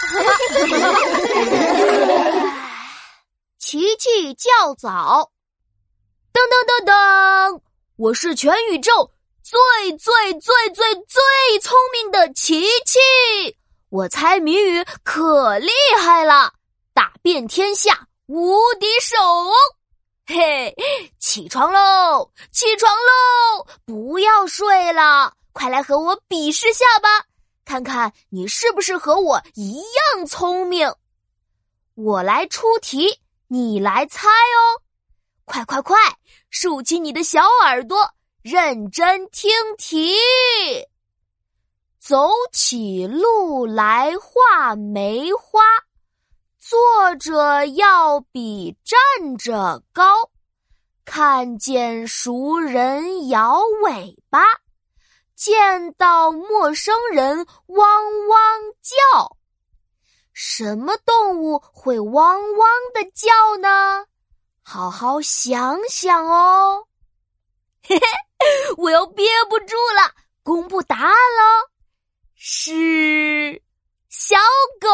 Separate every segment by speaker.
Speaker 1: 奇奇较早，噔噔噔噔，我是全宇宙最聪明的奇奇，我猜谜语可厉害了，打遍天下无敌手。嘿，起床喽，起床喽，不要睡了，快来和我比试下吧，看看你是不是和我一样聪明。我来出题，你来猜哦，快，竖起你的小耳朵，认真听题。走起路来画梅花，坐着要比站着高，看见熟人摇尾巴，见到陌生人汪汪叫。什么动物会汪汪地叫呢？好好想想哦。嘿嘿，我要憋不住了，公布答案喽。是小狗。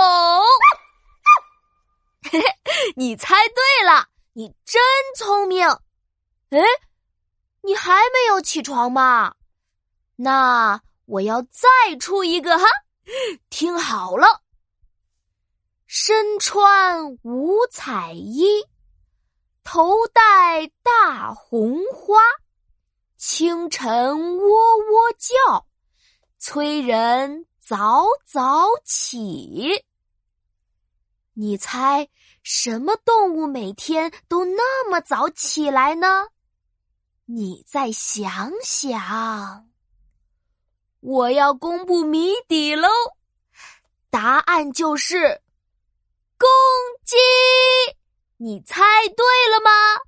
Speaker 1: 嘿嘿，你猜对了，你真聪明。诶，你还没有起床吗？那我要再出一个哈，听好了。身穿五彩衣，头戴大红花，清晨喔喔叫，催人早早起。你猜什么动物每天都那么早起来呢？你再想想。我要公布谜底喽，答案就是公鸡。你猜对了吗？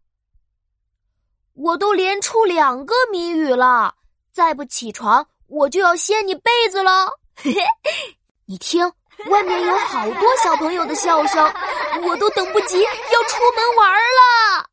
Speaker 1: 我都连出2个谜语了，再不起床我就要掀你被子了。嘿嘿，你听，外面有好多小朋友的笑声，我都等不及要出门玩了。